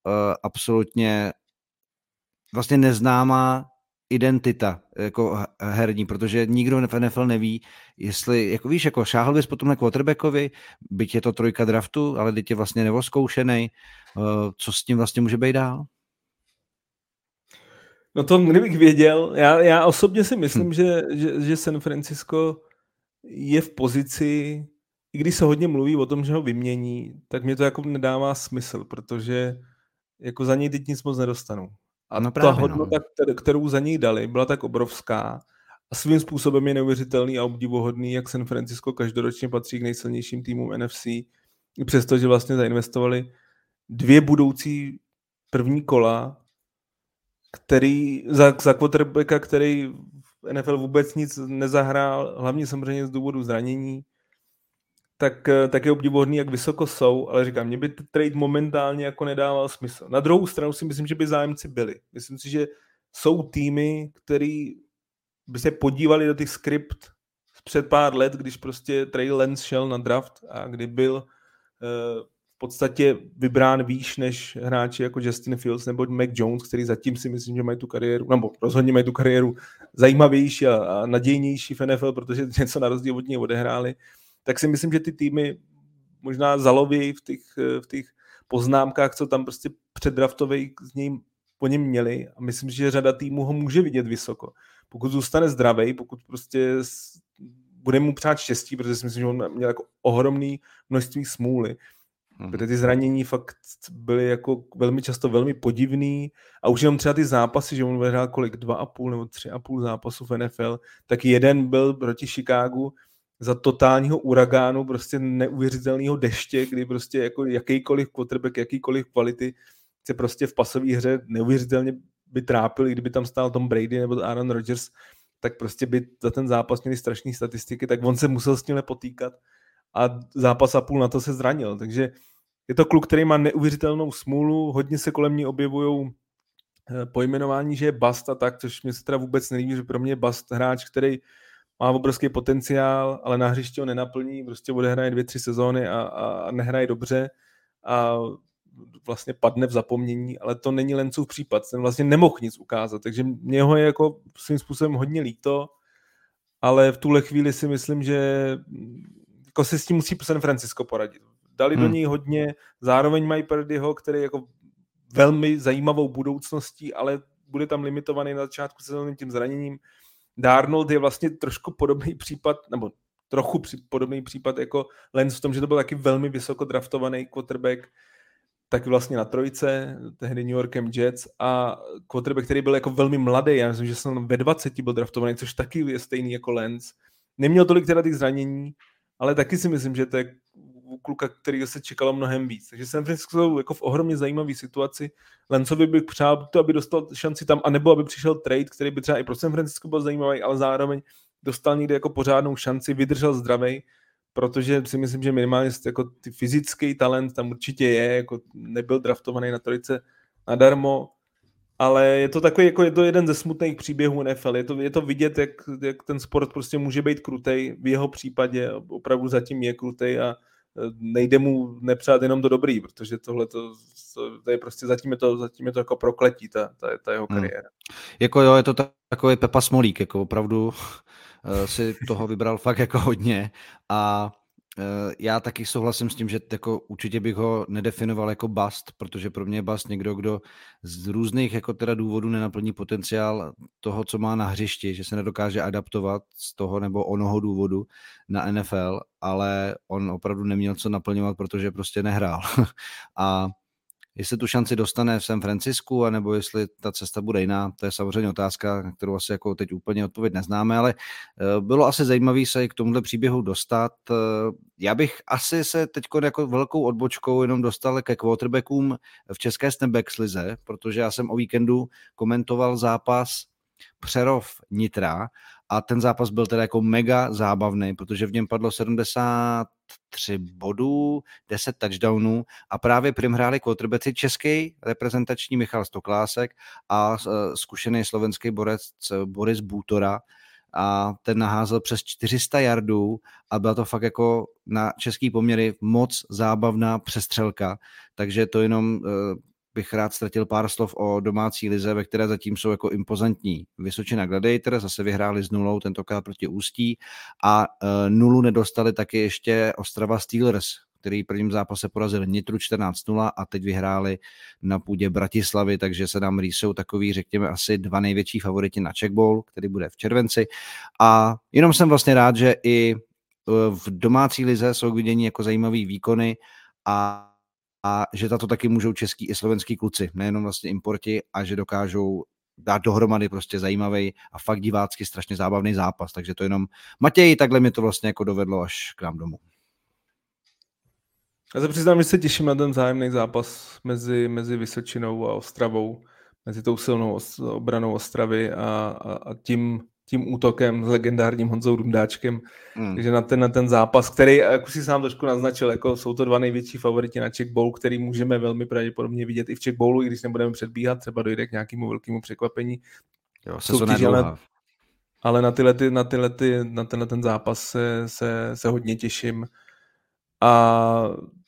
A: absolutně vlastně neznámá identita jako herní, protože nikdo v NFL neví, jestli, jako víš, jako šáhl bys potom na quarterbackovi, byť je to 3 draftu, ale teď je vlastně neoskoušenej, co s tím vlastně může být dál?
B: No to kdybych věděl, já osobně si myslím, že San Francisco je v pozici, i když se hodně mluví o tom, že ho vymění, tak mě to jako nedává smysl, protože jako za něj teď nic moc nedostanou. A
A: No
B: ta
A: právě,
B: hodnota, kterou za něj dali, byla tak obrovská a svým způsobem je neuvěřitelný a obdivuhodný, jak San Francisco každoročně patří k nejsilnějším týmům NFC, i přesto, že vlastně zainvestovali 2 budoucí první kola, který za quarterbacka, který v NFL vůbec nic nezahrál, hlavně samozřejmě z důvodu zranění, tak je obdivuhodný, jak vysoko jsou, ale říkám, mě by trade momentálně jako nedával smysl. Na druhou stranu si myslím, že by zájemci byli. Myslím si, že jsou týmy, který by se podívali do těch skript před pár let, když prostě Trey Lance šel na draft a kdy byl v podstatě vybrán výš než hráči jako Justin Fields nebo Mac Jones, který zatím si myslím, že mají tu kariéru, nebo rozhodně mají tu kariéru zajímavější a nadějnější v NFL, protože něco na rozdíl od něj odehráli, tak si myslím, že ty týmy možná zaloví v těch poznámkách, co tam prostě předdraftovej z něj po něm měli a myslím, že řada týmů ho může vidět vysoko. Pokud zůstane zdravý, pokud prostě bude mu přát štěstí, protože si myslím, že on měl jako ohromný množství smůly, protože ty zranění fakt byly jako velmi často velmi podivný a už jenom třeba ty zápasy, že on vyhrál kolik 2,5 nebo 3,5 zápasů v NFL, tak jeden byl proti Chicagu za totálního uragánu, prostě neuvěřitelného deště, kdy prostě jako jakýkoliv quarterback, jakýkoliv kvality se prostě v pasové hře neuvěřitelně by trápil, i kdyby tam stál Tom Brady nebo Aaron Rodgers, tak prostě by za ten zápas měli strašné statistiky, tak on se musel s tím potýkat a zápas a půl na to se zranil, takže je to kluk, který má neuvěřitelnou smůlu, hodně se kolem ní objevují pojmenování, že je bust a tak, což mě se teda vůbec nelíbí, že pro mě je bust hráč, který má obrovský potenciál, ale na hřišti ho nenaplní, prostě odehraje 2-3 sezóny a nehraje dobře a vlastně padne v zapomnění, ale to není Lencův případ, ten vlastně nemohl nic ukázat, takže mě ho je jako svým způsobem hodně líto, ale v tuhle chvíli si myslím, že jako si s tím musí San Francisco poradit. Dali do něj hodně, zároveň mají Purdyho, který jako velmi zajímavou budoucností, ale bude tam limitovaný na začátku sezóny tím zraněním. Darnold je vlastně trošku podobný případ, nebo trochu podobný případ jako Lance v tom, že to byl taky velmi vysoko draftovaný quarterback, taky vlastně na trojce, tehdy New Yorkem Jets a quarterback, který byl jako velmi mladý, já myslím, že jsem ve 20 byl draftovaný, což taky je stejný jako Lance. Neměl tolik teda těch zranění, ale taky si myslím, že to je kluka, který se čekalo mnohem víc. Takže San Francisco jsou jako v ohromně zajímavé situaci. Lancovi bych přál to, aby dostal šanci tam, anebo aby přišel trade, který by třeba i pro San Francisco byl zajímavý, ale zároveň dostal někde jako pořádnou šanci, vydržel zdravej, protože si myslím, že minimálně jako ty fyzický talent tam určitě je, jako nebyl draftovaný na trojce nadarmo, ale je to takový, jako je to jeden ze smutných příběhů NFL. Je to vidět, jak ten sport prostě může být krutej. V jeho případě opravdu zatím je krutej a nejde mu nepřát jenom to dobrý, protože tohle to je prostě zatím je to jako prokletí, ta jeho kariéra.
A: Jako jo, je to takový Pepa Smolík, jako opravdu si toho vybral fakt jako hodně a já taky souhlasím s tím, že jako určitě bych ho nedefinoval jako bust, protože pro mě je bust někdo, kdo z různých jako teda důvodů nenaplní potenciál toho, co má na hřišti, že se nedokáže adaptovat z toho nebo onoho důvodu na NFL, ale on opravdu neměl co naplňovat, protože prostě nehrál. A jestli tu šanci dostane v San Francisku, anebo jestli ta cesta bude jiná, to je samozřejmě otázka, na kterou asi jako teď úplně odpověď neznáme, ale bylo asi zajímavé se i k tomuhle příběhu dostat. Já bych asi se teď jako velkou odbočkou jenom dostal ke quarterbackům v české snapback lize, protože já jsem o víkendu komentoval zápas Přerov Nitra a ten zápas byl teda jako mega zábavný, protože v něm padlo 73 bodů, 10 touchdownů a právě prim hráli quarterbacki český reprezentační Michal Stoklásek a zkušený slovenský borec Boris Bútora a ten naházel přes 400 yardů a byla to fakt jako na český poměry moc zábavná přestřelka, takže to jenom bych rád ztratil pár slov o domácí lize, ve které zatím jsou jako impozantní. Vysočina Gladiator zase vyhráli s 0, tentokrát proti Ústí, a 0 nedostali taky ještě Ostrava Steelers, který v prvním zápase porazil Nitru 14-0 a teď vyhráli na půdě Bratislavy, takže se nám rýsou takový, řekněme, asi 2 největší favoriti na Czech Bowl, který bude v červenci. A jenom jsem vlastně rád, že i v domácí lize jsou k vidění jako zajímavý výkony a že tato taky můžou český i slovenský kluci, nejenom vlastně importi, a že dokážou dát dohromady prostě zajímavý a fakt divácky strašně zábavný zápas. Takže to jenom Matěj, takhle mi to vlastně jako dovedlo až k nám domů.
B: Já se přiznám, že se těším na ten vzájemný zápas mezi Vysočinou a Ostravou, mezi tou silnou obranou Ostravy a tím útokem s legendárním Honzou Dundáčkem. Takže na ten zápas, který, jak už si sám trošku naznačil, jako jsou to 2 největší favoriti na Czech Bowl, který můžeme velmi pravděpodobně vidět i v Czech Bowlu, i když nebudeme předbíhat, třeba dojde k nějakému velkému překvapení.
A: Jo, soutěže,
B: ale na tenhle ten zápas se hodně těším. A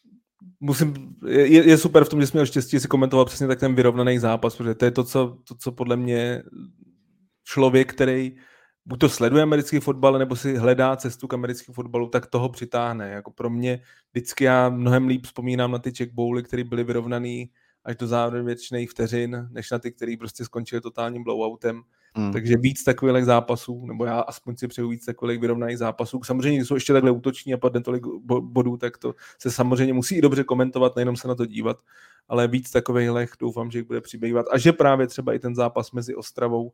B: je super v tom, že jsme měl štěstí si komentoval přesně tak ten vyrovnaný zápas, protože to je to, co podle mě člověk, který buď to sleduje americký fotbal, nebo si hledá cestu k americkému fotbalu, tak toho přitáhne. Jako pro mě vždycky já mnohem líp vzpomínám na ty Czech Bowly, které byly vyrovnaný až do závěrečných vteřin, než na ty, které prostě skončily totálním blowoutem. Takže víc takových zápasů, nebo já aspoň si přeju víc takových vyrovnaných zápasů. Samozřejmě, když jsou ještě takhle útoční a padne tolik bodů, tak to se samozřejmě musí i dobře komentovat, nejenom se na to dívat, ale víc takových doufám, že jich bude přibývat. A že právě třeba i ten zápas mezi Ostravou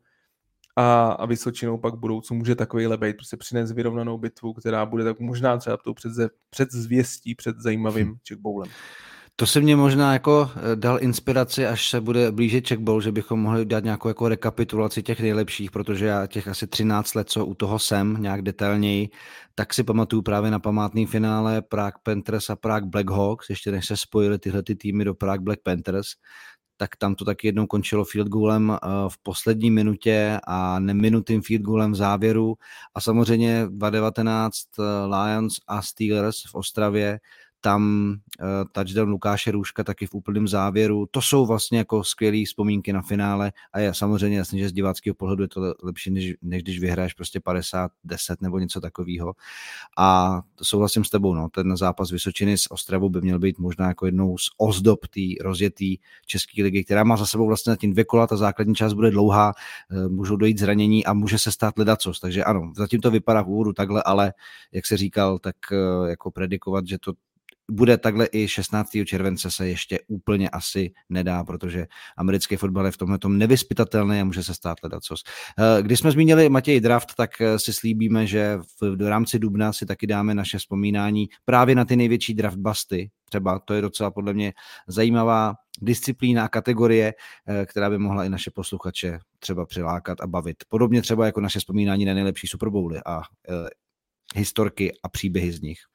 B: a Vysočinou pak v budoucnu může takovýhle být, prostě přinést vyrovnanou bitvu, která bude tak možná třeba tou předzvěstí před zajímavým Czech Bowlem.
A: To se mě možná jako dal inspiraci, až se bude blížit Czech Bowl, že bychom mohli dát nějakou jako rekapitulaci těch nejlepších, protože já těch asi 13 let, co u toho jsem, nějak detailněji, tak si pamatuju právě na památný finále Prague Panthers a Prague Blackhawks, ještě než se spojily tyhle ty týmy do Prague Black Panthers, tak tam to taky jednou končilo field goalem v poslední minutě a neminutým field goalem v závěru. A samozřejmě 2019 Lions a Steelers v Ostravě, tam touchdown Lukáše Růžka taky v úplném závěru. To jsou vlastně jako skvělé vzpomínky na finále a je samozřejmě jasný, že z diváckého pohledu je to lepší, než když vyhráš prostě 50-10 nebo něco takového. A souhlasím s tebou, no, ten zápas Vysočiny s Ostravou by měl být možná jako jednou z ozdob té rozjetý české ligy, která má za sebou vlastně na tím 2 kola, ta základní část bude dlouhá, můžou dojít zranění a může se stát ledacos. Takže ano, zatím to vypadá v úvodu takhle, ale jak se říkal, tak jako predikovat, že to bude takhle i 16. července se ještě úplně asi nedá, protože americký fotbal je v tomhletom nevyzpytatelný a může se stát ledacos. Když jsme zmínili Matěj draft, tak si slíbíme, že v rámci dubna si taky dáme naše vzpomínání právě na ty největší draft busty. Třeba to je docela podle mě zajímavá disciplína a kategorie, která by mohla i naše posluchače třeba přilákat a bavit. Podobně třeba jako naše vzpomínání na nejlepší Super Bowly a historky a příběhy z nich.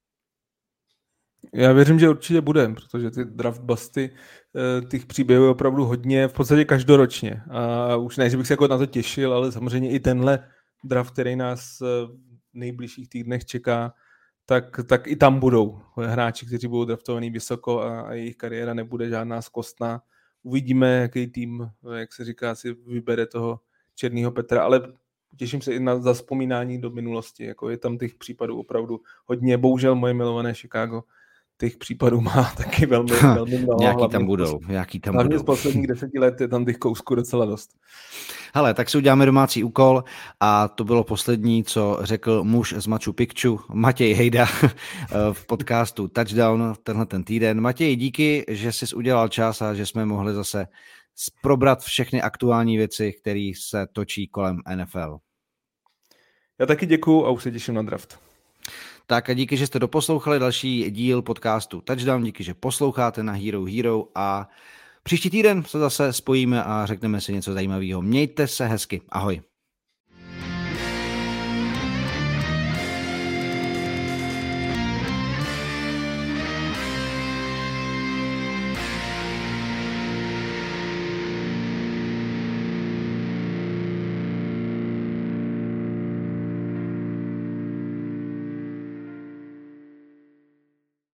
B: Já věřím, že určitě bude, protože ty draft busty, těch příběhů je opravdu hodně, v podstatě každoročně. A už ne, že bych se jako na to těšil, ale samozřejmě i tenhle draft, který nás v nejbližších týdnech čeká, tak i tam budou hráči, kteří budou draftovaný vysoko a jejich kariéra nebude žádná zkostná. Uvidíme, jaký tým, jak se říká, si vybere toho Černýho Petra, ale těším se i na zazpomínání do minulosti. Jako je tam těch případů opravdu hodně. Bohužel moje milované Chicago těch případů má taky velmi mnoho.
A: Nějaký tam budou.
B: Hlavně z posledních 10 let je tam těch kousků docela dost.
A: Hele, tak si uděláme domácí úkol a to bylo poslední, co řekl muž z Machu Picchu, Matěj Hejda v podcastu Touchdown tenhle ten týden. Matěj, díky, že jsi udělal čas a že jsme mohli zase probrat všechny aktuální věci, které se točí kolem NFL.
B: Já taky děkuju a už se těším na draft.
A: Tak a díky, že jste doposlouchali další díl podcastu Touchdown, díky, že posloucháte na Hero Hero a příští týden se zase spojíme a řekneme si něco zajímavého. Mějte se hezky, ahoj.